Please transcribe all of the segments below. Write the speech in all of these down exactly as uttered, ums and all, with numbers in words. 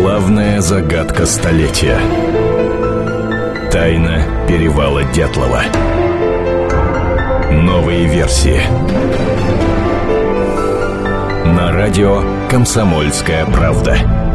Главная загадка столетия. Тайна перевала Дятлова. Новые версии. На радио «Комсомольская правда».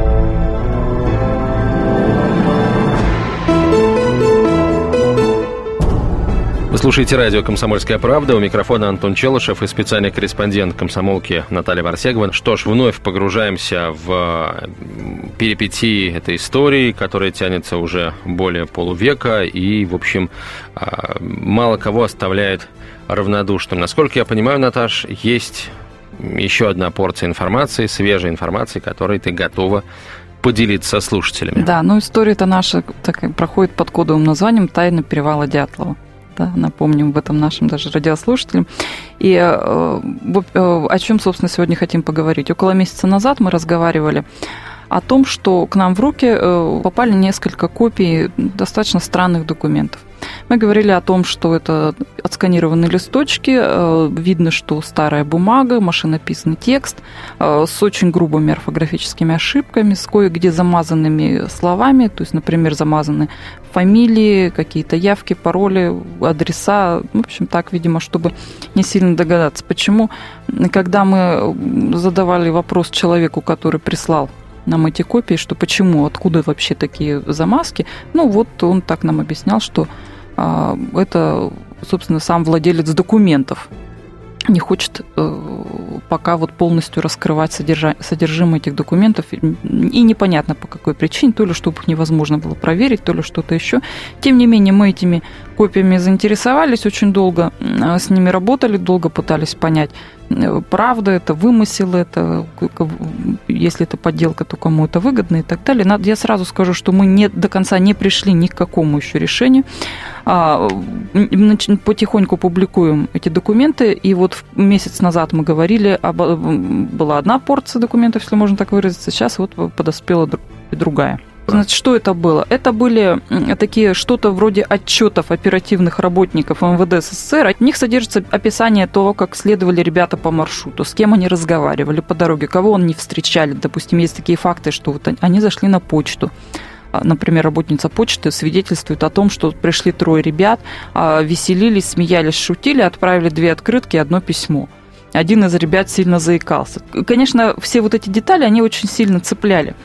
Вы слушаете радио «Комсомольская правда». У микрофона Антон Челышев и специальный корреспондент комсомолки Наталья Варсегова. Что ж, вновь погружаемся в перипетии этой истории, которая тянется уже более полувека и, в общем, мало кого оставляет равнодушным. Насколько я понимаю, Наташ, есть еще одна порция информации, свежей информации, которой ты готова поделиться со слушателями. Да, ну история-то наша так, проходит под кодовым названием «Тайна перевала Дятлова». Да, напомним об этом нашим даже радиослушателям. И э, о чем, собственно, сегодня хотим поговорить. Около месяца назад мы разговаривали о том, что к нам в руки э, попали несколько копий достаточно странных документов. Мы говорили о том, что это отсканированные листочки, э, видно, что старая бумага, машинописный текст э, с очень грубыми орфографическими ошибками, с кое-где замазанными словами, то есть, например, замазаны фамилии, какие-то явки, пароли, адреса, в общем, так, видимо, чтобы не сильно догадаться. Почему, когда мы задавали вопрос человеку, который прислал нам эти копии, что почему, откуда вообще такие замазки, ну вот он так нам объяснял, что а, это, собственно, сам владелец документов не хочет э, пока вот полностью раскрывать содержа... содержимое этих документов, и непонятно по какой причине, то ли чтобы их невозможно было проверить, то ли что-то еще. Тем не менее, мы этими копиями заинтересовались, очень долго с ними работали, долго пытались понять, правда это, вымысел это, если это подделка, то кому это выгодно и так далее. Я сразу скажу, что мы не, до конца не пришли ни к какому еще решению. Потихоньку публикуем эти документы, и вот месяц назад мы говорили, была одна порция документов, если можно так выразиться, сейчас вот подоспела другая. Значит, что это было? Это были такие что-то вроде отчетов оперативных работников МВД СССР. От них содержится описание того, как следовали ребята по маршруту, с кем они разговаривали по дороге, кого они встречали. Допустим, есть такие факты, что вот они зашли на почту. Например, работница почты свидетельствует о том, что пришли трое ребят, веселились, смеялись, шутили, отправили две открытки и одно письмо. Один из ребят сильно заикался. Конечно, все вот эти детали, они очень сильно цепляли.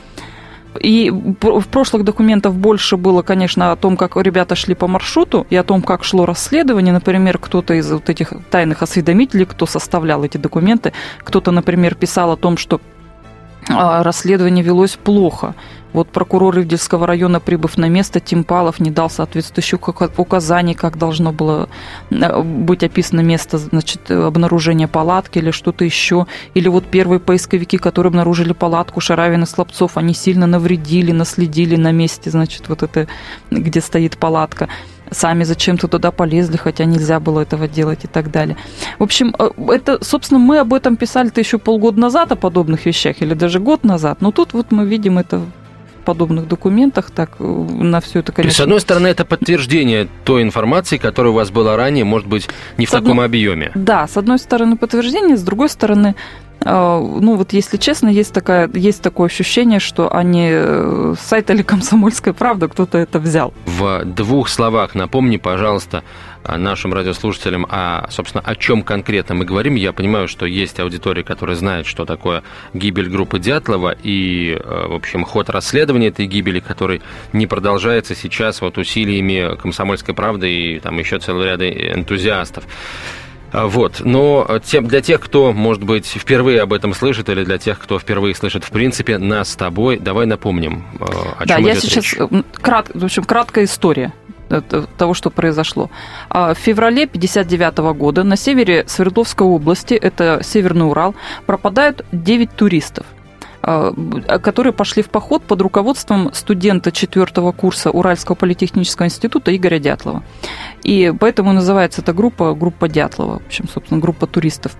И в прошлых документах больше было, конечно, о том, как ребята шли по маршруту и о том, как шло расследование. Например, кто-то из вот этих тайных осведомителей, кто составлял эти документы, кто-то, например, писал о том, что расследование велось плохо. Вот прокурор Ивдельского района, прибыв на место, Тимпалов не дал соответствующих указаний, как должно было быть описано место, значит, обнаружения палатки или что-то еще. Или вот первые поисковики, которые обнаружили палатку, Шаравин и Слабцов, они сильно навредили, наследили на месте, значит, вот это, где стоит палатка. Сами зачем-то туда полезли, хотя нельзя было этого делать и так далее. В общем, это, собственно, мы об этом писали-то еще полгода назад, о подобных вещах, или даже год назад. Но тут вот мы видим это в подобных документах, так на все это, конечно... То есть, с одной стороны, это подтверждение той информации, которая у вас была ранее, может быть, не в с таком одной... объеме. Да, с одной стороны подтверждение, с другой стороны... Ну, вот если честно, есть, такая, есть такое ощущение, что они с сайта или «Комсомольская правда» кто-то это взял. В двух словах напомни, пожалуйста, нашим радиослушателям, а, собственно, о чем конкретно мы говорим. Я понимаю, что есть аудитория, которая знает, что такое гибель группы Дятлова и, в общем, ход расследования этой гибели, который не продолжается сейчас вот усилиями «Комсомольской правды» и там еще целого ряда энтузиастов. Вот, но тем, для тех, кто, может быть, впервые об этом слышит, или для тех, кто впервые слышит, в принципе, нас с тобой, давай напомним, о чем да, идет я сейчас, речь. Крат, в общем, краткая история того, что произошло. В феврале тысяча девятьсот пятьдесят девятого года на севере Свердловской области, это Северный Урал, пропадают девять туристов, которые пошли в поход под руководством студента четвертого курса Уральского политехнического института Игоря Дятлова. И поэтому называется эта группа группа Дятлова, в общем, собственно, группа туристов.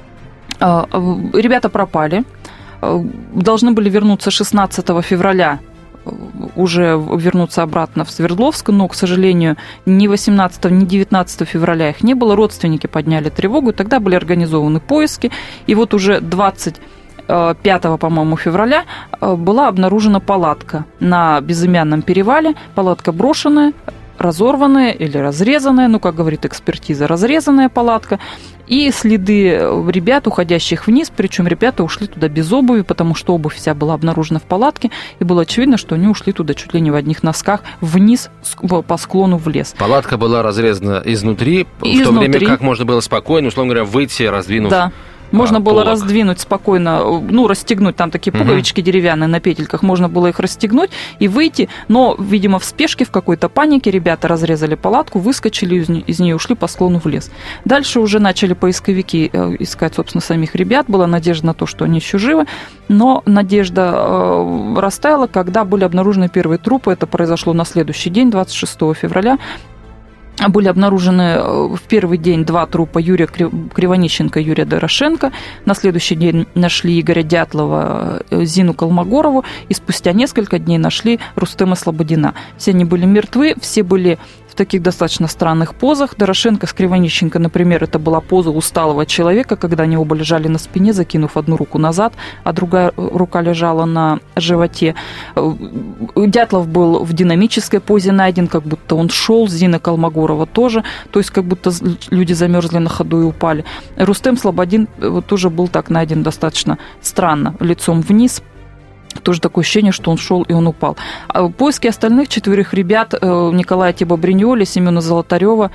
Ребята пропали, должны были вернуться шестнадцатого февраля, уже вернуться обратно в Свердловск, но, к сожалению, ни восемнадцатого, ни девятнадцатого февраля их не было. Родственники подняли тревогу, и тогда были организованы поиски. И вот уже двадцать пятого, по-моему, февраля была обнаружена палатка на Безымянном перевале. Палатка брошенная, разорванная или разрезанная, ну, как говорит экспертиза, разрезанная палатка. И следы ребят, уходящих вниз, причем ребята ушли туда без обуви, потому что обувь вся была обнаружена в палатке, и было очевидно, что они ушли туда чуть ли не в одних носках вниз по склону в лес. Палатка была разрезана изнутри, изнутри. В то время как можно было спокойно, условно говоря, выйти, раздвинув... Да. Можно а, было полок. раздвинуть спокойно, ну, расстегнуть, там такие пуговички угу. деревянные на петельках, можно было их расстегнуть и выйти, но, видимо, в спешке, в какой-то панике ребята разрезали палатку, выскочили из, из нее, ушли по склону в лес. Дальше уже начали поисковики искать, собственно, самих ребят, была надежда на то, что они еще живы, но надежда э, растаяла, когда были обнаружены первые трупы, это произошло на следующий день, двадцать шестого февраля. Были обнаружены в первый день два трупа Юрия Кривонищенко и Юрия Дорошенко. На следующий день нашли Игоря Дятлова, Зину Колмогорову. И спустя несколько дней нашли Рустема Слободина. Все они были мертвы, все были в таких достаточно странных позах. Дорошенко с Кривонищенко, например, это была поза усталого человека, когда они оба лежали на спине, закинув одну руку назад, а другая рука лежала на животе. Дятлов был в динамической позе найден, как будто он шел, Зина Колмогорова тоже, то есть как будто люди замерзли на ходу и упали. Рустем Слободин тоже был так найден достаточно странно, лицом вниз. Тоже такое ощущение, что он шел и он упал. Поиски остальных четверых ребят, Николая Тибо-Бриньоли, Семена Золотарева,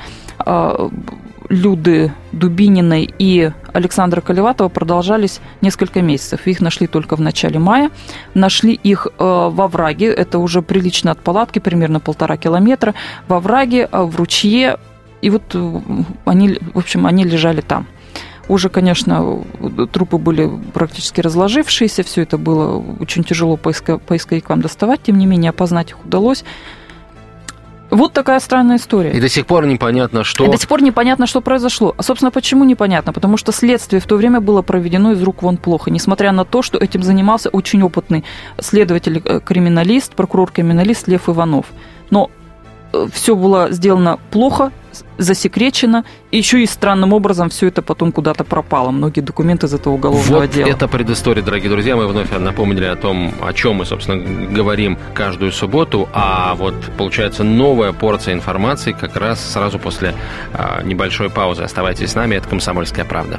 Люды Дубининой и Александра Колеватова продолжались несколько месяцев. Их нашли только в начале мая. Нашли их во враге, это уже прилично от палатки, примерно полтора километра, во враге, в ручье. И вот они, в общем, они лежали там. Уже, конечно, трупы были практически разложившиеся, все это было очень тяжело поисковикам доставать, тем не менее опознать их удалось. Вот такая странная история. И до сих пор непонятно, что... И до сих пор непонятно, что произошло. А, собственно, почему непонятно? Потому что следствие в то время было проведено из рук вон плохо, несмотря на то, что этим занимался очень опытный следователь-криминалист, прокурор-криминалист Лев Иванов. Но все было сделано плохо, засекречено, и еще и странным образом все это потом куда-то пропало. Многие документы из этого уголовного вот дела. Вот это предыстория, дорогие друзья. Мы вновь напомнили о том, о чем мы, собственно, говорим каждую субботу. А вот, получается, новая порция информации как раз сразу после а, небольшой паузы. Оставайтесь с нами, это «Комсомольская правда».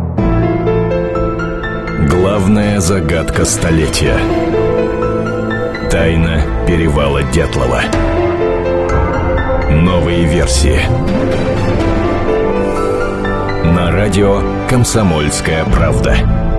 Главная загадка столетия. Тайна перевала Дятлова. Новые версии. На радио «Комсомольская правда».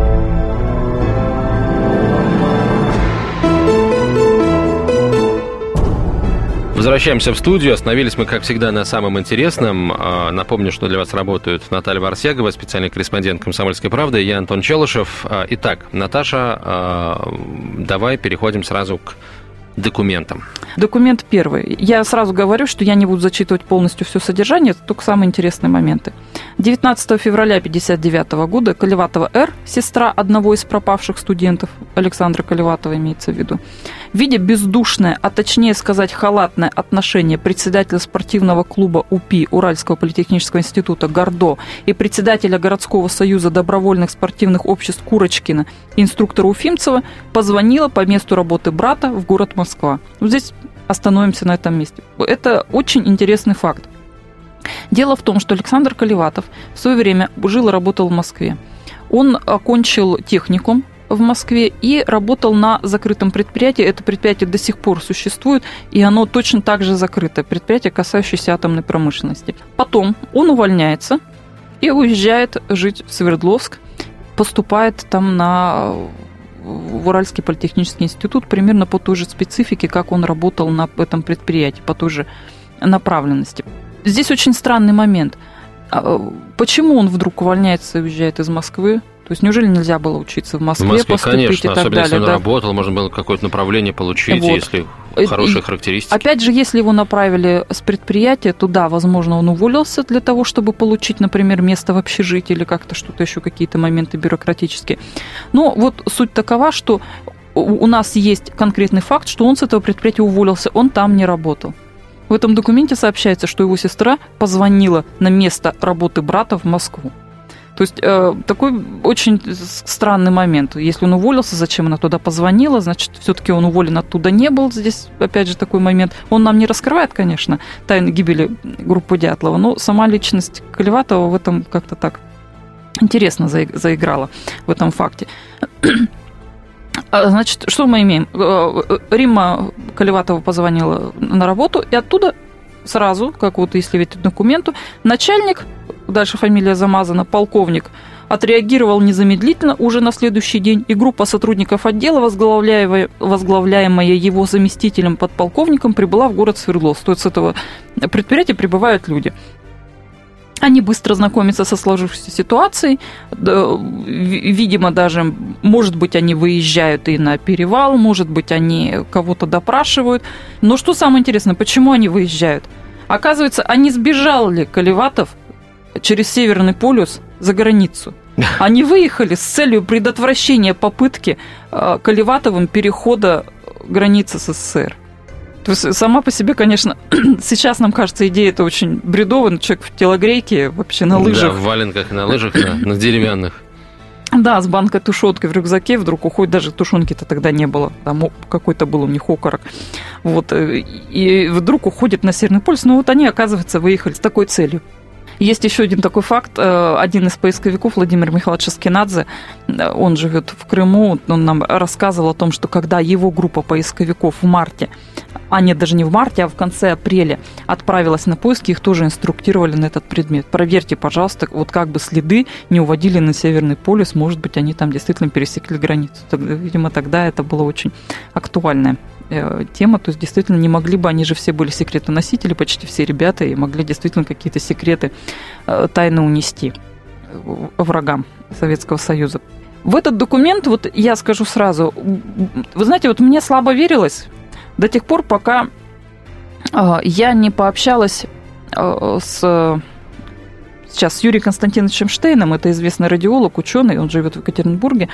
Возвращаемся в студию. Остановились мы, как всегда, на самом интересном. Напомню, что для вас работают Наталья Варсегова, специальный корреспондент «Комсомольской правды», и я, Антон Челышев. Итак, Наташа, давай переходим сразу к документам. Документ первый. Я сразу говорю, что я не буду зачитывать полностью все содержание, это только самые интересные моменты. девятнадцатого февраля тысяча девятьсот пятьдесят девятого года Колеватова Р., сестра одного из пропавших студентов, Александра Колеватова имеется в виду, видя бездушное, а точнее сказать халатное отношение председателя спортивного клуба УПИ Уральского политехнического института Гордо и председателя городского союза добровольных спортивных обществ Курочкина, инструктора Уфимцева, позвонила по месту работы брата в город Москва. Вот здесь остановимся на этом месте. Это очень интересный факт. Дело в том, что Александр Колеватов в свое время жил и работал в Москве. Он окончил техникум в Москве и работал на закрытом предприятии. Это предприятие до сих пор существует, и оно точно так же закрытое. Предприятие, касающееся атомной промышленности. Потом он увольняется и уезжает жить в Свердловск, поступает там на... в Уральский политехнический институт примерно по той же специфике, как он работал на этом предприятии, по той же направленности. Здесь очень странный момент. Почему он вдруг увольняется и уезжает из Москвы? То есть неужели нельзя было учиться в Москве, в Москве, поступить конечно, и так особенно далее? Если он да? работал, можно было какое-то направление получить, вот. Если хорошие и, характеристики. Опять же, если его направили с предприятия, то да, возможно, он уволился для того, чтобы получить, например, место в общежитии или как-то что-то еще, какие-то моменты бюрократические. Но вот суть такова, что у нас есть конкретный факт, что он с этого предприятия уволился, он там не работал. В этом документе сообщается, что его сестра позвонила на место работы брата в Москву. То есть э, такой очень странный момент. Если он уволился, зачем она туда позвонила? Значит, все-таки он уволен оттуда не был. Здесь, опять же, такой момент. Он нам не раскрывает, конечно, тайны гибели группы Дятлова, но сама личность Колеватова в этом как-то так интересно заиграла в этом факте. Значит, что мы имеем? Римма Колеватова позвонила на работу, и оттуда сразу, как вот если видеть документу, начальник, дальше фамилия замазана, полковник, отреагировал незамедлительно уже на следующий день, и группа сотрудников отдела, возглавляемая, возглавляемая его заместителем подполковником, прибыла в город Свердловск. То есть с этого предприятия прибывают люди. Они быстро знакомятся со сложившейся ситуацией, видимо, даже, может быть, они выезжают и на перевал, может быть, они кого-то допрашивают. Но что самое интересное, почему они выезжают? Оказывается, а не сбежал ли Колеватов через Северный полюс за границу? Они выехали с целью предотвращения попытки Колеватовым перехода границы с СССР. То есть сама по себе, конечно, сейчас нам кажется, идея это очень бредовая, человек в телогрейке, вообще на лыжах. Да, в валенках, на лыжах, на, на деревянных. Да, с банкой тушенки в рюкзаке вдруг уходит, даже тушенки-то тогда не было, там какой-то был у них окорок. Вот, и вдруг уходит на Северный полюс, но вот они, оказывается, выехали с такой целью. Есть еще один такой факт. Один из поисковиков, Владимир Михайлович Аскинадзе, он живет в Крыму, он нам рассказывал о том, что когда его группа поисковиков в марте, а нет, даже не в марте, а в конце апреля отправилась на поиски, их тоже инструктировали на этот предмет. Проверьте, пожалуйста, вот как бы следы не уводили на Северный полюс, может быть, они там действительно пересекли границу. Видимо, тогда это было очень актуальное тема, то есть действительно не могли бы, они же все были секретоносители, почти все ребята, и могли действительно какие-то секреты тайно унести врагам Советского Союза. В этот документ, вот я скажу сразу, вы знаете, вот мне слабо верилось до тех пор, пока я не пообщалась с сейчас с Юрием Константиновичем Штейном, это известный радиолог, ученый, он живет в Екатеринбурге,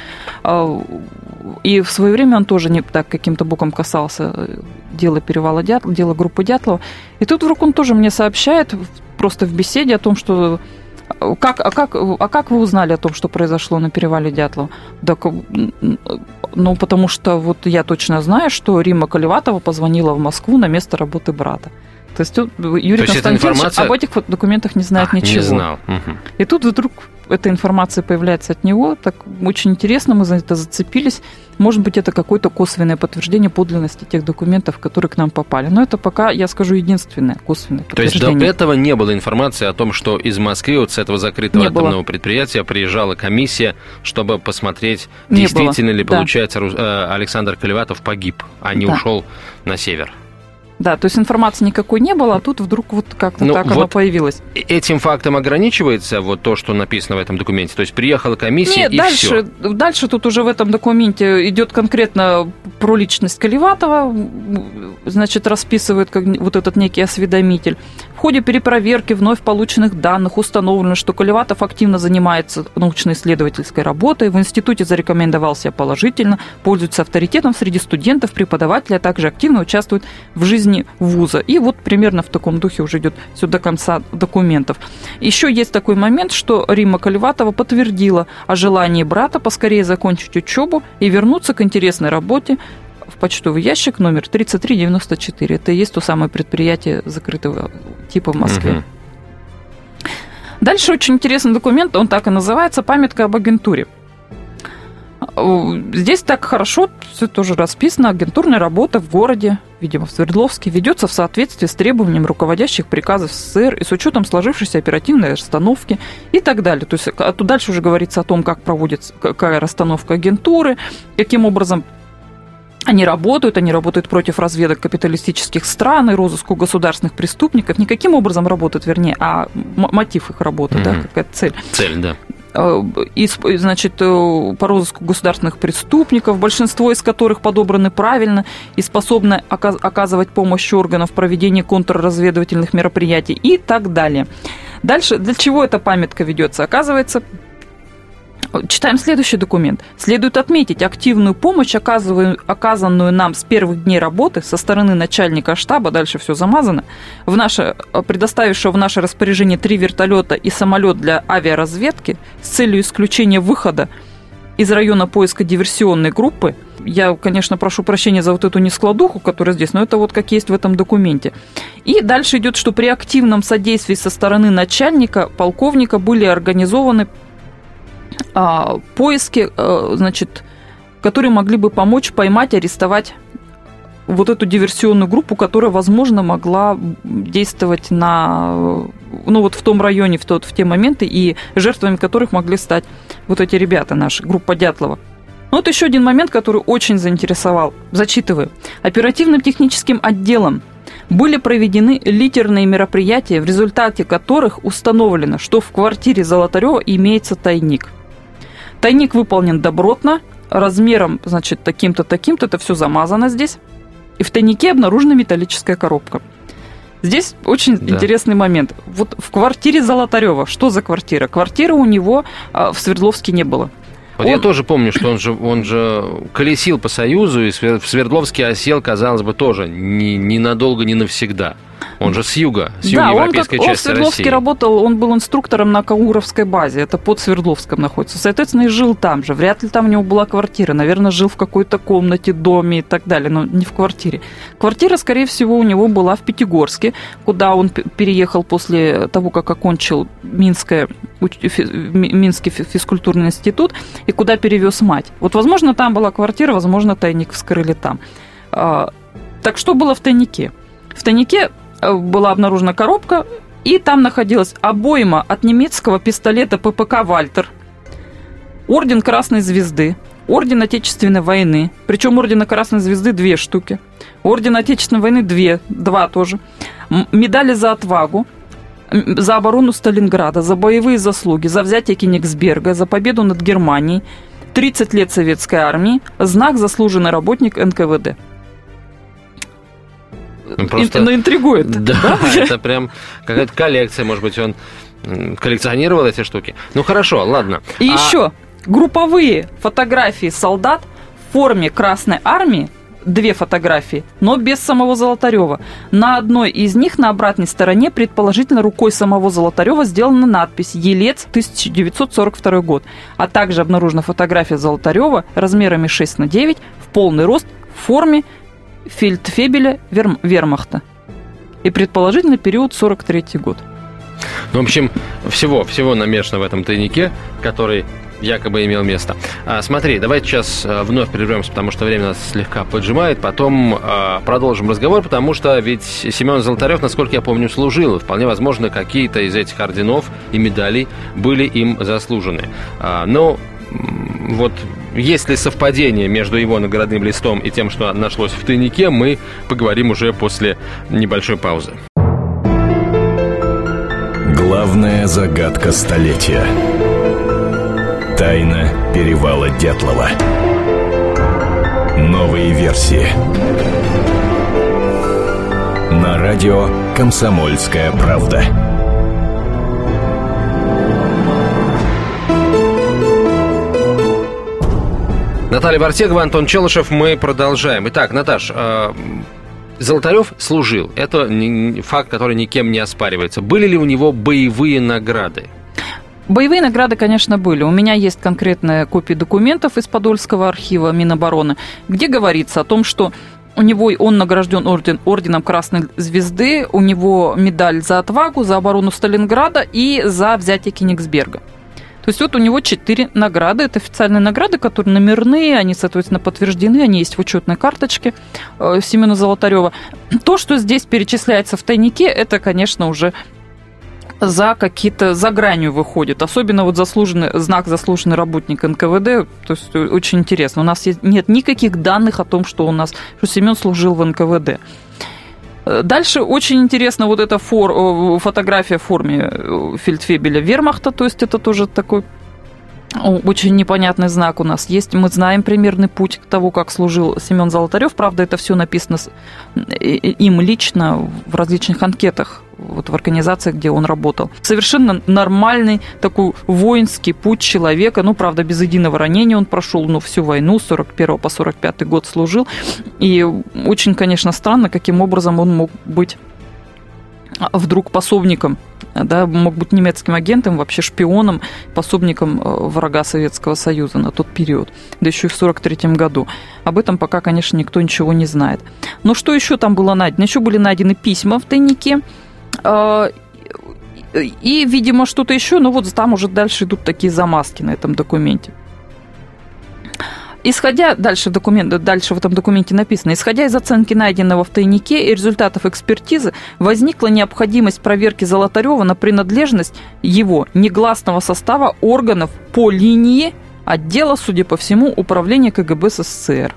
и в свое время он тоже не так каким-то боком касался дела перевала Дятлова, дела группы Дятлова. И тут вдруг он тоже мне сообщает, просто в беседе о том, что как, а, как, а как вы узнали о том, что произошло на перевале Дятлова? Так, ну, потому что вот я точно знаю, что Римма Колеватова позвонила в Москву на место работы брата. То есть Юрий То Константинович информация... об этих документах не знает а, ничего. Не знал. Угу. И тут вдруг эта информация появляется от него. Так очень интересно, мы за это зацепились. Может быть, это какое-то косвенное подтверждение подлинности тех документов, которые к нам попали. Но это пока, я скажу, единственное косвенное подтверждение. То есть до этого не было информации о том, что из Москвы, вот с этого закрытого не атомного было. предприятия, приезжала комиссия, чтобы посмотреть, не действительно было. ли, да. получается, Александр Колеватов погиб, а не да. ушел на север. Да, то есть информации никакой не было, а тут вдруг вот как-то ну, так вот она появилась. Этим фактом ограничивается вот то, что написано в этом документе? То есть приехала комиссия Нет, и дальше, все? Дальше тут уже в этом документе идет конкретно про личность Колеватова, значит, расписывает как вот этот некий осведомитель. В ходе перепроверки вновь полученных данных установлено, что Колеватов активно занимается научно-исследовательской работой, в институте зарекомендовал себя положительно, пользуется авторитетом среди студентов, преподавателей, а также активно участвует в жизни вуза. И вот примерно в таком духе уже идет все до конца документов. Еще есть такой момент, что Римма Колеватова подтвердила о желании брата поскорее закончить учебу и вернуться к интересной работе в почтовый ящик номер тридцать три девяносто четыре. Это и есть то самое предприятие закрытого типа в Москве. Угу. Дальше очень интересный документ, он так и называется «Памятка об агентуре». Здесь так хорошо все тоже расписано. Агентурная работа в городе, видимо, в Свердловске, ведется в соответствии с требованием руководящих приказов СССР и с учетом сложившейся оперативной расстановки и так далее. То есть а тут дальше уже говорится о том, как проводится, какая расстановка агентуры, каким образом они работают, они работают против разведок капиталистических стран и розыску государственных преступников. Не каким образом работают, вернее, а мотив их работы, mm-hmm. да, какая цель. Цель, да. И, значит, по розыску государственных преступников, большинство из которых подобраны правильно и способны оказывать помощь органам в проведении контрразведывательных мероприятий и так далее. Дальше, для чего эта памятка ведется? Оказывается, Читаем следующий документ. Следует отметить активную помощь, оказанную нам с первых дней работы со стороны начальника штаба, дальше все замазано, в наше, предоставившего в наше распоряжение три вертолета и самолет для авиаразведки с целью исключения выхода из района поиска диверсионной группы. Я, конечно, прошу прощения за вот эту нескладуху, которая здесь, но это вот как есть в этом документе. И дальше идет, что при активном содействии со стороны начальника, полковника были организованы а, поиски, а, значит, которые могли бы помочь поймать, арестовать вот эту диверсионную группу, которая, возможно, могла действовать на, ну, вот в том районе, в, тот, в те моменты, и жертвами которых могли стать вот эти ребята наши, группа Дятлова. Вот еще один момент, который очень заинтересовал. Зачитываю. Оперативным техническим отделом были проведены литерные мероприятия, в результате которых установлено, что в квартире Золотарева имеется тайник. Тайник выполнен добротно, размером, значит, таким-то, таким-то, это все замазано здесь. И в тайнике обнаружена металлическая коробка. Здесь очень да. интересный момент. Вот в квартире Золотарева, что за квартира? Квартиры у него в Свердловске не было. Вот он... Я тоже помню, что он же, он же колесил по Союзу, и в Свердловске осел, казалось бы, тоже ни, ни надолго, ни навсегда. Он же с юга, с да, юго-европейской он, как, части он в Свердловске России. работал, он был инструктором на Кауровской базе, это под Свердловском находится. Соответственно, и жил там же. Вряд ли там у него была квартира. Наверное, жил в какой-то комнате, доме и так далее, но не в квартире. Квартира, скорее всего, у него была в Пятигорске, куда он переехал после того, как окончил Минское, Минский физкультурный институт, и куда перевез мать. Вот, возможно, там была квартира, возможно, тайник вскрыли там. Так что было в тайнике? В тайнике была обнаружена коробка, и там находилась обойма от немецкого пистолета ППК «Вальтер», орден Красной Звезды, орден Отечественной войны, причем ордена Красной Звезды две штуки, орден Отечественной войны две, два тоже, медали за отвагу, за оборону Сталинграда, за боевые заслуги, за взятие Кенигсберга, за победу над Германией, тридцать лет советской армии, знак «Заслуженный работник эн ка вэ дэ». Просто... Но интригует. Да, да, это прям какая-то коллекция, может быть, он коллекционировал эти штуки. Ну хорошо, ладно. И а... еще групповые фотографии солдат в форме Красной Армии, две фотографии, но без самого Золотарева. На одной из них на обратной стороне, предположительно рукой самого Золотарева, сделана надпись «Елец, тысяча девятьсот сорок второй год», а также обнаружена фотография Золотарева размерами шесть на девять в полный рост в форме фельдфебеля верм, вермахта. И предположительно период сорок третий год. Ну, в общем, всего, всего намешано в этом тайнике, который якобы имел место. А, смотри, давайте сейчас вновь прервемся, потому что время нас слегка поджимает. Потом а, продолжим разговор, потому что ведь Семен Золотарев, насколько я помню, служил. Вполне возможно, какие-то из этих орденов и медалей были им заслужены. А, но вот есть ли совпадение между его наградным листом и тем, что нашлось в тайнике, мы поговорим уже после небольшой паузы. Главная загадка столетия. Тайна перевала Дятлова. Новые версии. На радио «Комсомольская правда». Наталья Вартегова, Антон Челышев, мы продолжаем. Итак, Наташ, э, Золотарев служил. Это не, факт, который никем не оспаривается. Были ли у него боевые награды? Боевые награды, конечно, были. У меня есть конкретная копия документов из Подольского архива Минобороны, где говорится о том, что у него он награжден орден, орденом Красной Звезды, у него медаль за отвагу, за оборону Сталинграда и за взятие Кенигсберга. То есть вот у него четыре награды, это официальные награды, которые номерные, они, соответственно, подтверждены, они есть в учетной карточке Семена Золотарева. То, что здесь перечисляется в тайнике, это, конечно, уже за какие-то, за гранью выходит. Особенно вот заслуженный, знак «Заслуженный работник эн ка вэ дэ», то есть очень интересно. У нас есть, нет никаких данных о том, что у нас, что Семен служил в эн ка вэ дэ. Дальше очень интересно вот эта фор, фотография в форме фельдфебеля вермахта, то есть это тоже такой Очень непонятный знак у нас есть. Мы знаем примерный путь того, как служил Семен Золотарев. Правда, это все написано им лично в различных анкетах, вот в организациях, где он работал. Совершенно нормальный такой воинский путь человека. Ну, правда, без единого ранения он прошел, ну, всю войну с сорок первого по сорок пятый год служил. И очень, конечно, странно, каким образом он мог быть вдруг пособником, да, мог быть немецким агентом, вообще шпионом, пособником врага Советского Союза на тот период, да еще и в сорок третьем году. Об этом пока, конечно, никто ничего не знает. Но что еще там было найдено? Еще были найдены письма в тайнике, и, видимо, что-то еще, но вот там уже дальше идут такие замазки на этом документе. Исходя, дальше, документ, дальше в этом документе написано, исходя из оценки найденного в тайнике и результатов экспертизы, возникла необходимость проверки Золотарева на принадлежность его негласного состава органов по линии отдела, судя по всему, управления КГБ СССР.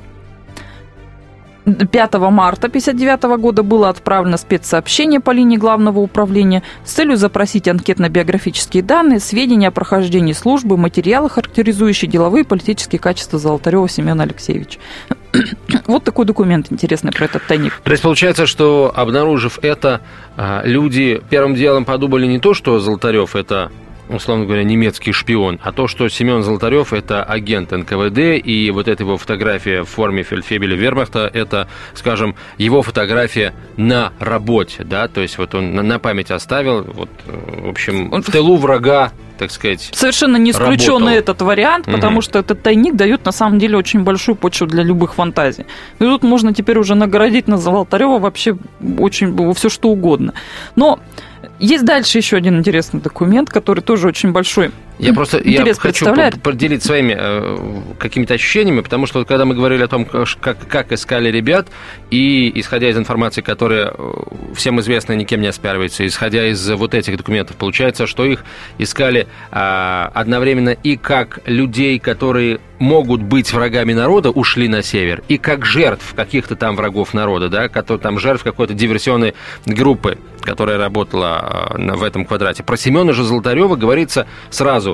пятого марта тысяча девятьсот пятьдесят девятого года было отправлено спецсообщение по линии Главного управления с целью запросить анкетно-биографические данные, сведения о прохождении службы, материалы, характеризующие деловые и политические качества Золотарева Семена Алексеевича. Вот такой документ интересный про этот тайник. То есть получается, что, обнаружив это, люди первым делом подумали не то, что Золотарев это, условно говоря, немецкий шпион, а то, что Семен Золотарев это агент эн ка вэ дэ, и вот эта его фотография в форме фельдфебеля вермахта, это, скажем, его фотография на работе, да, то есть вот он на память оставил, вот, в общем, в тылу врага, так сказать, совершенно не исключен этот вариант, потому угу. что этот тайник дает на самом деле очень большую почву для любых фантазий. И тут можно теперь уже наградить на Золотарева вообще очень все что угодно. Но есть дальше еще один интересный документ, который тоже очень большой. Я просто я хочу поделиться своими э, какими-то ощущениями, потому что вот, когда мы говорили о том, как, как искали ребят, и исходя из информации, которая всем известна, никем не оспаривается, исходя из вот этих документов, получается, что их искали э, одновременно и как людей, которые могут быть врагами народа, ушли на север, и как жертв каких-то там врагов народа, да, которые, там жертв какой-то диверсионной группы, которая работала э, в этом квадрате. Про Семена же Золотарева говорится сразу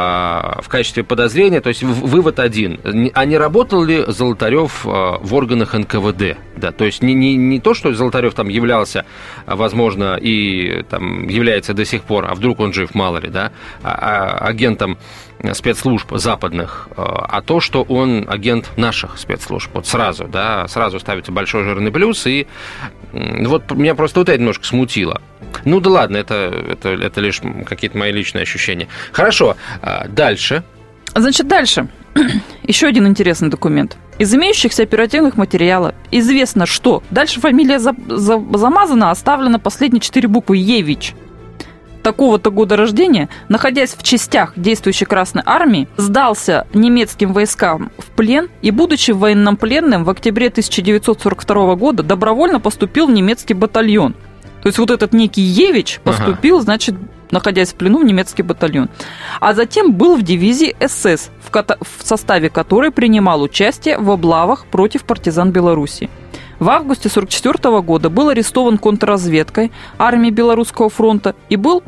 в качестве подозрения, то есть вывод один. А не работал ли Золотарев в органах эн ка вэ дэ? Да, то есть не, не, не то, что Золотарев там являлся, возможно, и там является до сих пор, а вдруг он жив, мало ли, да, а, а, агентом спецслужб западных, а то, что он агент наших спецслужб. Вот сразу, да, сразу ставится большой жирный плюс, и вот меня просто вот это немножко смутило. Ну да ладно, это, это, это лишь какие-то мои личные ощущения. Хорошо, дальше. Значит, дальше. Еще один интересный документ. Из имеющихся оперативных материалов известно, что дальше фамилия за, за, замазана, оставлена последние четыре буквы Евич. Такого-то года рождения, находясь в частях действующей Красной Армии, сдался немецким войскам в плен и, будучи военнопленным, в октябре тысяча девятьсот сорок второго года добровольно поступил в немецкий батальон. То есть вот этот некий Евич поступил, ага. значит, находясь в плену, в немецкий батальон. А затем был в дивизии эс эс, в, ко- в составе которой принимал участие в облавах против партизан Белоруссии. В августе сорок четвёртого года был арестован контрразведкой армии Белорусского фронта и был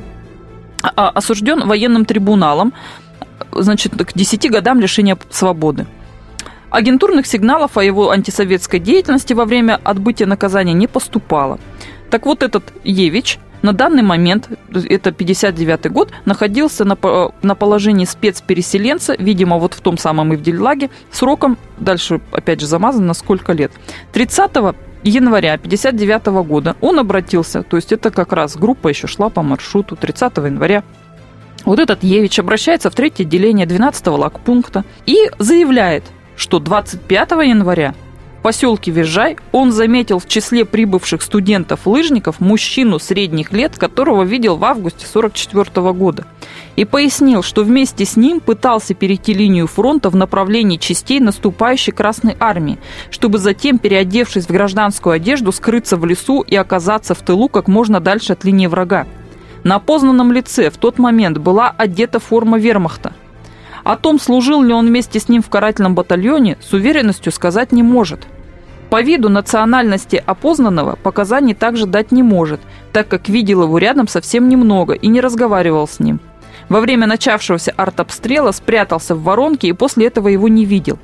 осужден военным трибуналом, значит, к десяти годам лишения свободы. Агентурных сигналов о его антисоветской деятельности во время отбытия наказания не поступало. Так вот, этот Евич на данный момент, это пятьдесят девятый год, находился на, на положении спецпереселенца, видимо, вот в том самом Ивдель-Лаге, сроком, дальше опять же замазано, на сколько лет. тридцатого января пятьдесят девятого года он обратился, то есть это как раз группа еще шла по маршруту, тридцатого января. Вот этот Евич обращается в третье отделение двенадцатого лагпункта и заявляет, что двадцать пятого января в поселке Визжай он заметил в числе прибывших студентов-лыжников мужчину средних лет, которого видел в августе сорок четвёртого года, и пояснил, что вместе с ним пытался перейти линию фронта в направлении частей наступающей Красной Армии, чтобы затем, переодевшись в гражданскую одежду, скрыться в лесу и оказаться в тылу как можно дальше от линии врага. На опознанном лице в тот момент была одета форма вермахта. О том, служил ли он вместе с ним в карательном батальоне, с уверенностью сказать не может. По виду национальности опознанного показаний также дать не может, так как видел его рядом совсем немного и не разговаривал с ним. Во время начавшегося артобстрела спрятался в воронке и после этого его не видел.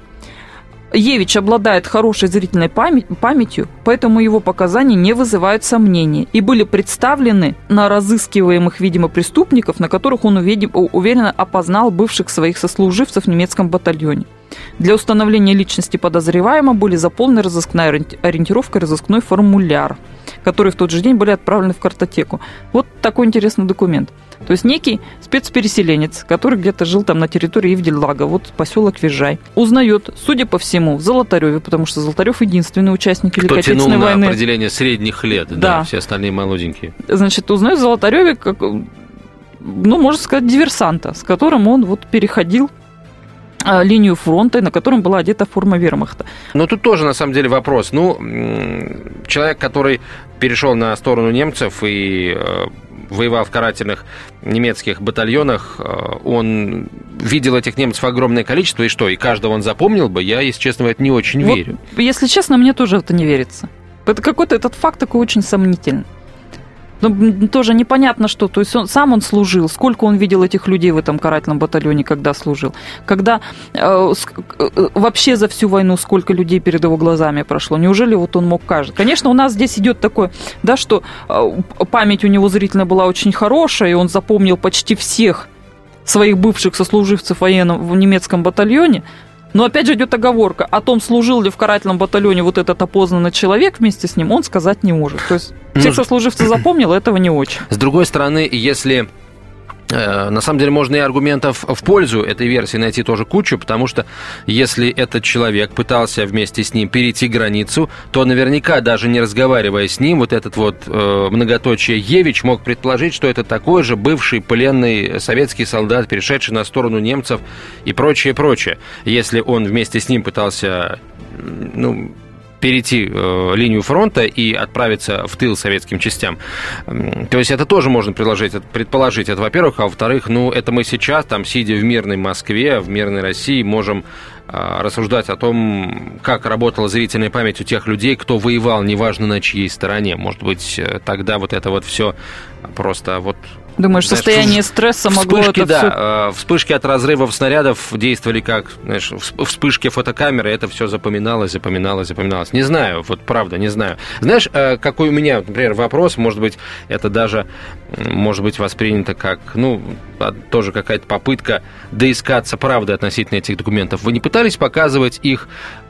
Евич обладает хорошей зрительной памятью, поэтому его показания не вызывают сомнений и были представлены на разыскиваемых, видимо, преступников, на которых он уверенно опознал бывших своих сослуживцев в немецком батальоне. Для установления личности подозреваемого были заполнены разыскная ориентировка и разыскной формуляр, которые в тот же день были отправлены в картотеку. Вот такой интересный документ. То есть некий спецпереселенец, который где-то жил там на территории Ивдель-Лага, вот поселок Визжай, узнает, судя по всему, в Золотареве, потому что Золотарев единственный участник Великой Кто Отечественной тянул войны. На определение средних лет, да. Да, все остальные молоденькие. Значит, узнает в Золотареве, как, ну, можно сказать, диверсанта, с которым он вот переходил линию фронта, на котором была одета форма вермахта. Но тут тоже, на самом деле, вопрос. Ну, человек, который перешел на сторону немцев и воевал в карательных немецких батальонах, он видел этих немцев огромное количество, и что, и каждого он запомнил бы? Я, если честно, в это не очень вот, верю. Если честно, мне тоже это не верится. Это какой-то этот факт такой очень сомнительный. Ну, тоже непонятно что. То есть он, сам он служил, сколько он видел этих людей в этом карательном батальоне, когда служил. Когда э, э, вообще за всю войну сколько людей перед его глазами прошло. Неужели вот он мог каждый? Конечно, у нас здесь идет такое, да, что э, память у него зрительная была очень хорошая, и он запомнил почти всех своих бывших сослуживцев военном в немецком батальоне. Но опять же идет оговорка о том, служил ли в карательном батальоне вот этот опознанный человек вместе с ним, он сказать не может. То есть всех сослуживцев запомнил, этого не очень. С другой стороны, если... На самом деле можно и аргументов в пользу этой версии найти тоже кучу, потому что если этот человек пытался вместе с ним перейти границу, то наверняка, даже не разговаривая с ним, вот этот вот э, многоточие Евич мог предположить, что это такой же бывший пленный советский солдат, перешедший на сторону немцев и прочее, прочее. Если он вместе с ним пытался, ну... перейти э, линию фронта и отправиться в тыл советским частям. То есть это тоже можно предположить, предположить. Это, во-первых. А во-вторых, ну, это мы сейчас, там, сидя в мирной Москве, в мирной России, можем э, рассуждать о том, как работала зрительная память у тех людей, кто воевал, неважно на чьей стороне. Может быть, тогда вот это вот все просто вот... Думаешь, знаешь, состояние стресса могло вспышки, это да, все... вспышки от разрывов снарядов действовали как, знаешь, вспышки фотокамеры, это все запоминалось, запоминалось, запоминалось. Не знаю, вот правда, не знаю. Знаешь, какой у меня, например, вопрос, может быть, это даже, может быть, воспринято как, ну, тоже какая-то попытка доискаться правды относительно этих документов. Вы не пытались показывать их,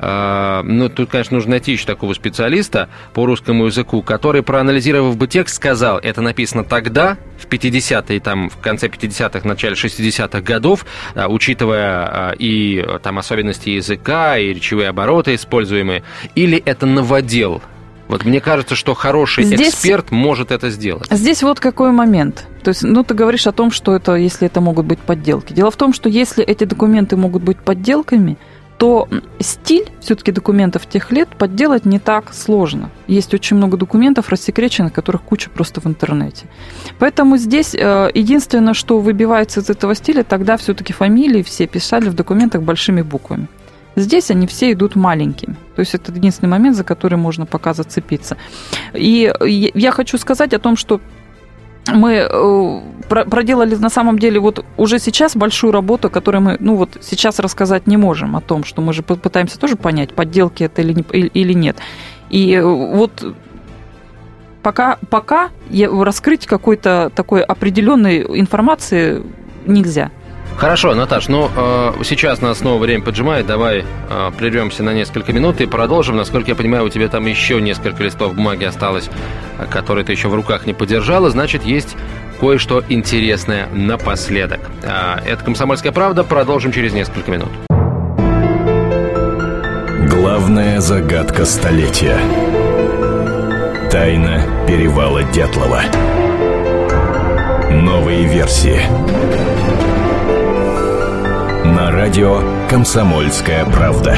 ну, тут, конечно, нужно найти еще такого специалиста по русскому языку, который, проанализировав бы текст, сказал, это написано тогда, в пятидесятые, там, в конце пятидесятых, начале шестидесятых годов, а, учитывая а, и там особенности языка, и речевые обороты используемые, или это новодел? Вот мне кажется, что хороший здесь, эксперт может это сделать. Здесь вот какой момент. То есть, ну, ты говоришь о том, что это, если это могут быть подделки. Дело в том, что если эти документы могут быть подделками, то стиль все-таки документов тех лет подделать не так сложно. Есть очень много документов рассекреченных, которых куча просто в интернете. Поэтому здесь единственное, что выбивается из этого стиля, тогда все-таки фамилии все писали в документах большими буквами. Здесь они все идут маленькими. То есть это единственный момент, за который можно пока зацепиться. И я хочу сказать о том, что мы проделали на самом деле вот уже сейчас большую работу, которую мы, ну вот сейчас рассказать не можем о том, что мы же пытаемся тоже понять, подделки это или, не, или нет. И вот пока, пока раскрыть какой-то такой определенной информации нельзя. Хорошо, Наташ, ну э, сейчас нас снова время поджимает, давай э, прервемся на несколько минут и продолжим. Насколько я понимаю, у тебя там еще несколько листов бумаги осталось, которые ты еще в руках не подержала, значит, есть кое-что интересное напоследок. Э, это «Комсомольская правда», продолжим через несколько минут. Главная загадка столетия. Тайна перевала Дятлова. Новые версии. На радио «Комсомольская правда».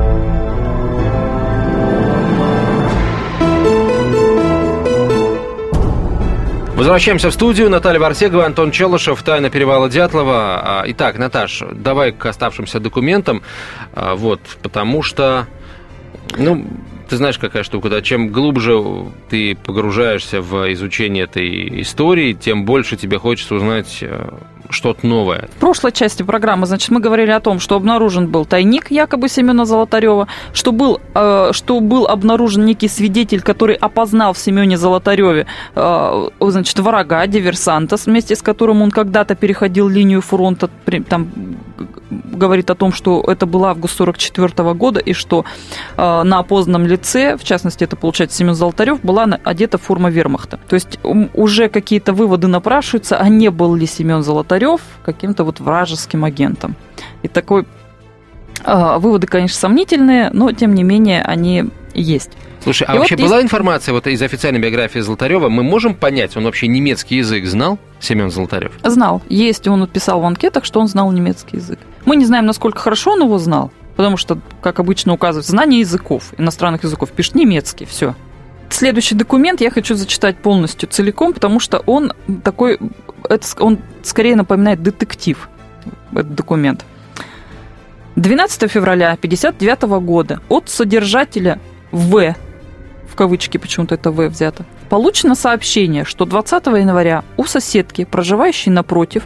Возвращаемся в студию. Наталья Варсегова, Антон Челышев, «Тайна перевала Дятлова». Итак, Наташ, давай к оставшимся документам. Вот, потому что, ну, ты знаешь, какая штука, да? Чем глубже ты погружаешься в изучение этой истории, тем больше тебе хочется узнать, что-то новое? В прошлой части программы, значит, мы говорили о том, что обнаружен был тайник якобы Семена Золотарева, что был, э, что был обнаружен некий свидетель, который опознал в Семене Золотареве, э, значит, врага, диверсанта, вместе с которым он когда-то переходил линию фронта, там говорит о том, что это был август сорок четвёртого года, и что э, на опознанном лице, в частности, это, получается, Семен Золотарев, была одета форма вермахта. То есть уже какие-то выводы напрашиваются, а не был ли Семен Золотарев каким-то вот вражеским агентом. И такой э, выводы, конечно, сомнительные, но, тем не менее, они есть. Слушай, а и вообще вот была есть... информация вот из официальной биографии Золотарева? Мы можем понять, он вообще немецкий язык знал, Семен Золотарев? Знал. Есть, он писал в анкетах, что он знал немецкий язык. Мы не знаем, насколько хорошо он его знал, потому что, как обычно указывает, знание языков, иностранных языков, пишет немецкий, все. Следующий документ я хочу зачитать полностью целиком, потому что он такой, это, он скорее напоминает детектив, этот документ. двенадцатого февраля пятьдесят девятого года от содержателя В, в кавычки почему-то это В взято, получено сообщение, что двадцатого января у соседки, проживающей напротив,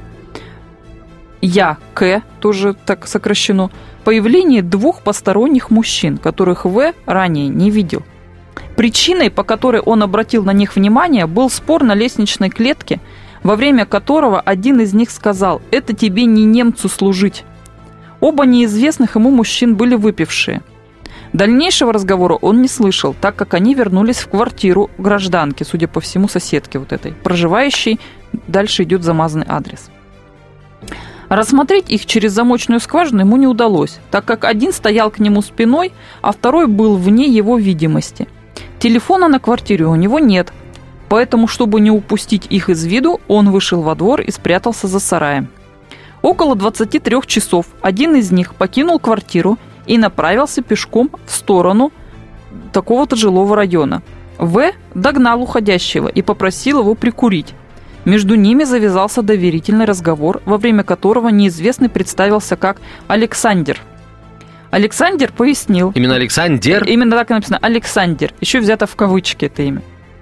Я К, тоже так сокращено, появление двух посторонних мужчин, которых В ранее не видел. Причиной, по которой он обратил на них внимание, был спор на лестничной клетке, во время которого один из них сказал: «Это тебе не немцу служить». Оба неизвестных ему мужчин были выпившие. Дальнейшего разговора он не слышал, так как они вернулись в квартиру гражданки, судя по всему, соседки вот этой, проживающей, дальше идет замазанный адрес. Рассмотреть их через замочную скважину ему не удалось, так как один стоял к нему спиной, а второй был вне его видимости. Телефона на квартире у него нет, поэтому, чтобы не упустить их из виду, он вышел во двор и спрятался за сараем. Около двадцати трёх часов один из них покинул квартиру и направился пешком в сторону такого-то жилого района. В догнал уходящего и попросил его прикурить. Между ними завязался доверительный разговор, во время которого неизвестный представился как Александр. Александр пояснил... Именно Александр? Именно так и написано. Александр. Еще взято в кавычки это имя.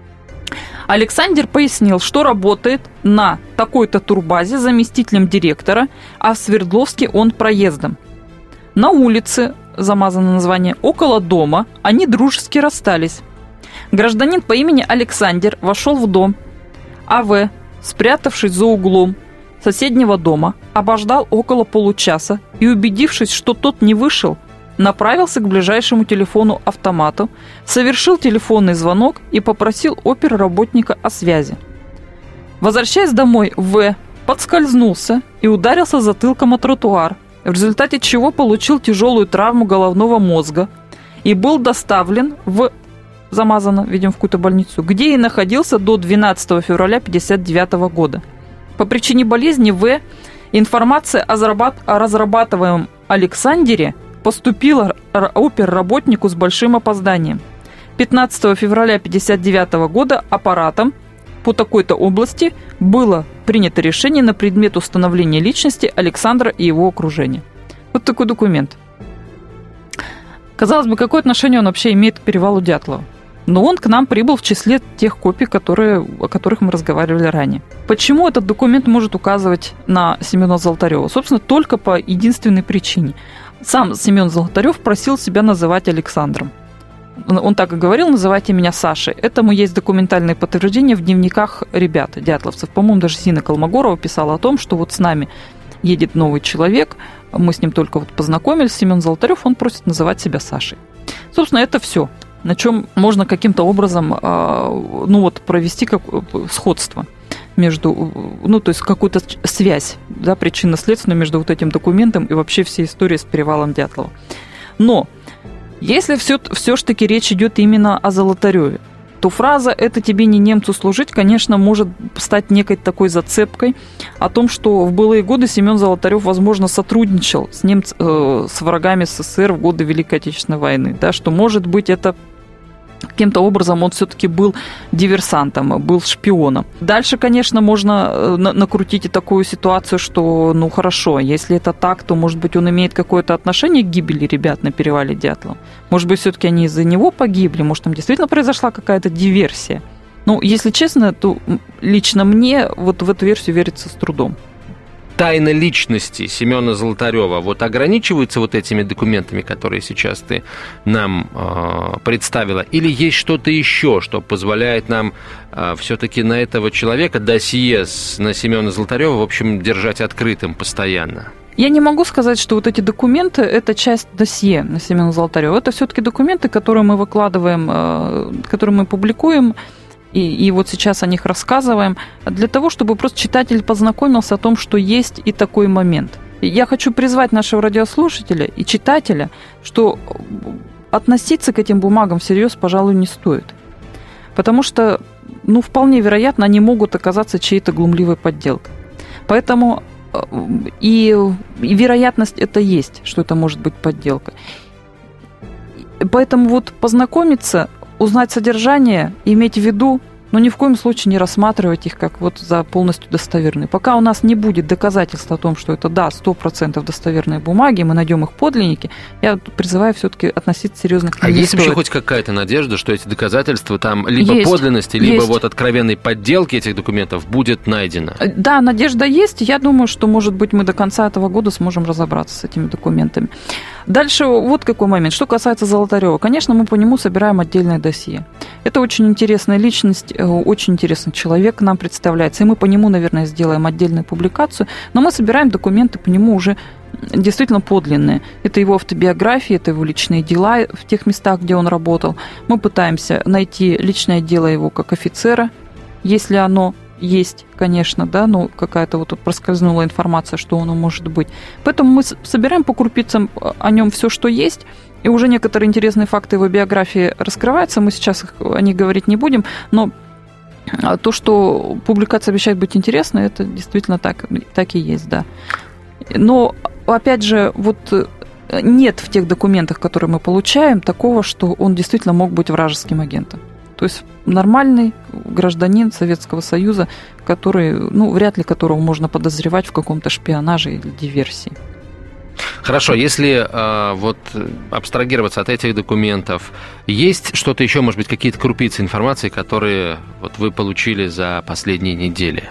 Александр пояснил, что работает на такой-то турбазе заместителем директора, а в Свердловске он проездом. На улице, замазано название, около дома, они дружески расстались. Гражданин по имени Александр вошел в дом, а В, спрятавшись за углом соседнего дома, обождал около получаса и, убедившись, что тот не вышел, направился к ближайшему телефону-автомату, совершил телефонный звонок и попросил оперработника о связи. Возвращаясь домой, В подскользнулся и ударился затылком о тротуар, в результате чего получил тяжелую травму головного мозга и был доставлен в, замазано, видимо, в какую-то больницу, где и находился до двенадцатого февраля пятьдесят девятого года. По причине болезни В информация о, зарабат... о разрабатываемом Александре поступила оперработнику с большим опозданием. пятнадцатого февраля пятьдесят девятого года аппаратом по такой-то области было принято решение на предмет установления личности Александра и его окружения. Вот такой документ. Казалось бы, какое отношение он вообще имеет к перевалу Дятлова? Но он к нам прибыл в числе тех копий, которые, о которых мы разговаривали ранее. Почему этот документ может указывать на Семена Золотарева? Собственно, только по единственной причине. Сам Семен Золотарев просил себя называть Александром. Он так и говорил: называйте меня Сашей. Этому есть документальные подтверждения в дневниках ребят, дятловцев. По-моему, даже Зина Колмогорова писала о том, что вот с нами едет новый человек, мы с ним только вот познакомились, Семен Золотарев, он просит называть себя Сашей. Собственно, это все, на чем можно каким-то образом, ну вот, провести как сходство между, ну, то есть какую-то связь, да, причинно-следственную между вот этим документом и вообще всей историей с перевалом Дятлова. Но если все, все ж таки речь идет именно о Золотареве, то фраза «это тебе не немцу служить», конечно, может стать некой такой зацепкой о том, что в былые годы Семен Золотарев, возможно, сотрудничал с, немц... э, с врагами СССР в годы Великой Отечественной войны, да, что, может быть, это каким-то образом он все-таки был диверсантом, был шпионом. Дальше, конечно, можно накрутить и такую ситуацию, что, ну, хорошо, если это так, то, может быть, он имеет какое-то отношение к гибели ребят на перевале Дятлова. Может быть, все-таки они из-за него погибли, может, там действительно произошла какая-то диверсия. Ну, если честно, то лично мне вот в эту версию верится с трудом. тайна личности Семена Золотарева вот ограничивается вот этими документами, которые сейчас ты нам э, представила, или есть что-то еще, что позволяет нам э, все-таки на этого человека досье с, на Семена Золотарева, в общем, держать открытым постоянно? Я не могу сказать, что вот эти документы – это часть досье на Семена Золотарева. Это все-таки документы, которые мы выкладываем, которые мы публикуем, и, и вот сейчас о них рассказываем, для того, чтобы просто читатель познакомился о том, что есть и такой момент. Я хочу призвать нашего радиослушателя и читателя, что относиться к этим бумагам всерьез, пожалуй, не стоит. Потому что, ну, вполне вероятно, они могут оказаться чьей-то глумливой подделкой. Поэтому и, и вероятность это есть, что это может быть подделка. Поэтому вот познакомиться, узнать содержание, иметь в виду, но ни в коем случае не рассматривать их как вот за полностью достоверные. Пока у нас не будет доказательств о том, что это, да, сто процентов достоверные бумаги, мы найдем их подлинники, я призываю все-таки относиться серьезно к ним. А есть вообще хоть какая-то надежда, что эти доказательства там либо есть, подлинности, либо есть. вот откровенной подделки этих документов будет найдено? Да, надежда есть. Я думаю, что, может быть, мы до конца этого года сможем разобраться с этими документами. Дальше вот какой момент. Что касается Золотарева, конечно, мы по нему собираем отдельное досье. Это очень интересная личность, очень интересный человек нам представляется, и мы по нему, наверное, сделаем отдельную публикацию, но мы собираем документы по нему уже действительно подлинные. Это его автобиография, это его личные дела в тех местах, где он работал. Мы пытаемся найти личное дело его как офицера, если оно есть, конечно, да, но какая-то вот тут проскользнула информация, что оно может быть. Поэтому мы собираем по крупицам о нем все, что есть, и уже некоторые интересные факты его биографии раскрываются, мы сейчас их, о них говорить не будем, но то, что публикация обещает быть интересной, это действительно так, так и есть, да. Но, опять же, вот нет в тех документах, которые мы получаем, такого, что он действительно мог быть вражеским агентом. То есть нормальный гражданин Советского Союза, который, ну, вряд ли которого можно подозревать в каком-то шпионаже или диверсии. Хорошо, если э, вот абстрагироваться от этих документов, есть что-то еще, может быть, какие-то крупицы информации, которые вот вы получили за последние недели?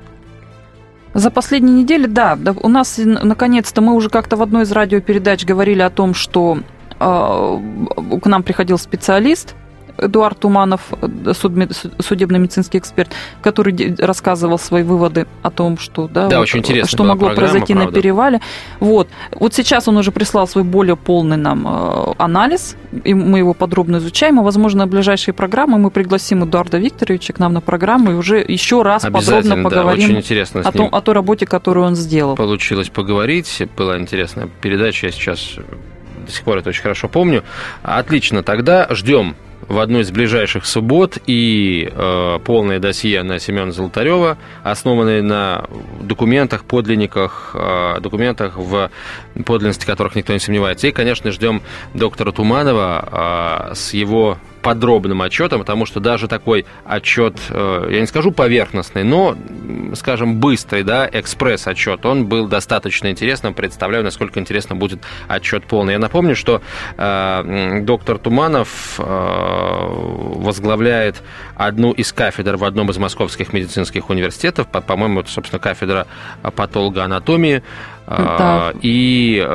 За последние недели, да, да, у нас наконец-то мы уже как-то в одной из радиопередач говорили о том, что э, к нам приходил специалист, Эдуард Туманов, судебно-медицинский эксперт, который рассказывал свои выводы о том, что, да, да, вот, очень интересно, что могло произойти правда. на перевале. Вот. вот сейчас он уже прислал свой более полный нам анализ, и мы его подробно изучаем, и, возможно, в ближайшие программы мы пригласим Эдуарда Викторовича к нам на программу и уже еще раз подробно поговорим да, о, том, о той работе, которую он сделал. Получилось поговорить, была интересная передача, я сейчас до сих пор это очень хорошо помню. Отлично, тогда ждем в одну из ближайших суббот и э, полное досье на Семена Золотарева, основанное на документах, подлинниках, э, документах, в подлинности которых никто не сомневается. И, конечно, ждем доктора Туманова э, с его подробным отчетом, потому что даже такой отчет, я не скажу поверхностный, но, скажем, быстрый, да, экспресс-отчет, он был достаточно интересным. Представляю, насколько интересно будет отчет полный. Я напомню, что э, доктор Туманов э, возглавляет одну из кафедр в одном из московских медицинских университетов, по- по-моему, это, собственно, кафедра патологоанатомии. Да. Э, и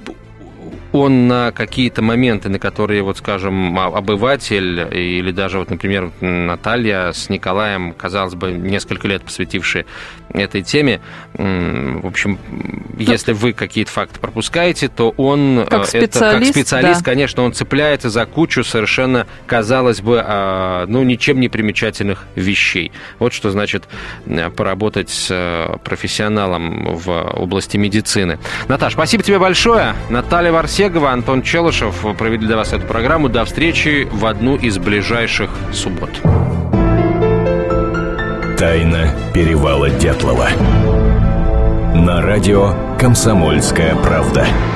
он на какие-то моменты, на которые, вот, скажем, обыватель или даже, вот, например, Наталья с Николаем, казалось бы, несколько лет посвятившие этой теме, в общем, если вы какие-то факты пропускаете, то он, как специалист, это, как специалист, да. конечно, он цепляется за кучу совершенно, казалось бы, ну, ничем не примечательных вещей. Вот что значит поработать с профессионалом в области медицины. Наташ, спасибо тебе большое. Наталья Варсегова, Антон Челышев провели для вас эту программу. До встречи в одну из ближайших суббот. Тайна перевала Дятлова. На радио «Комсомольская правда».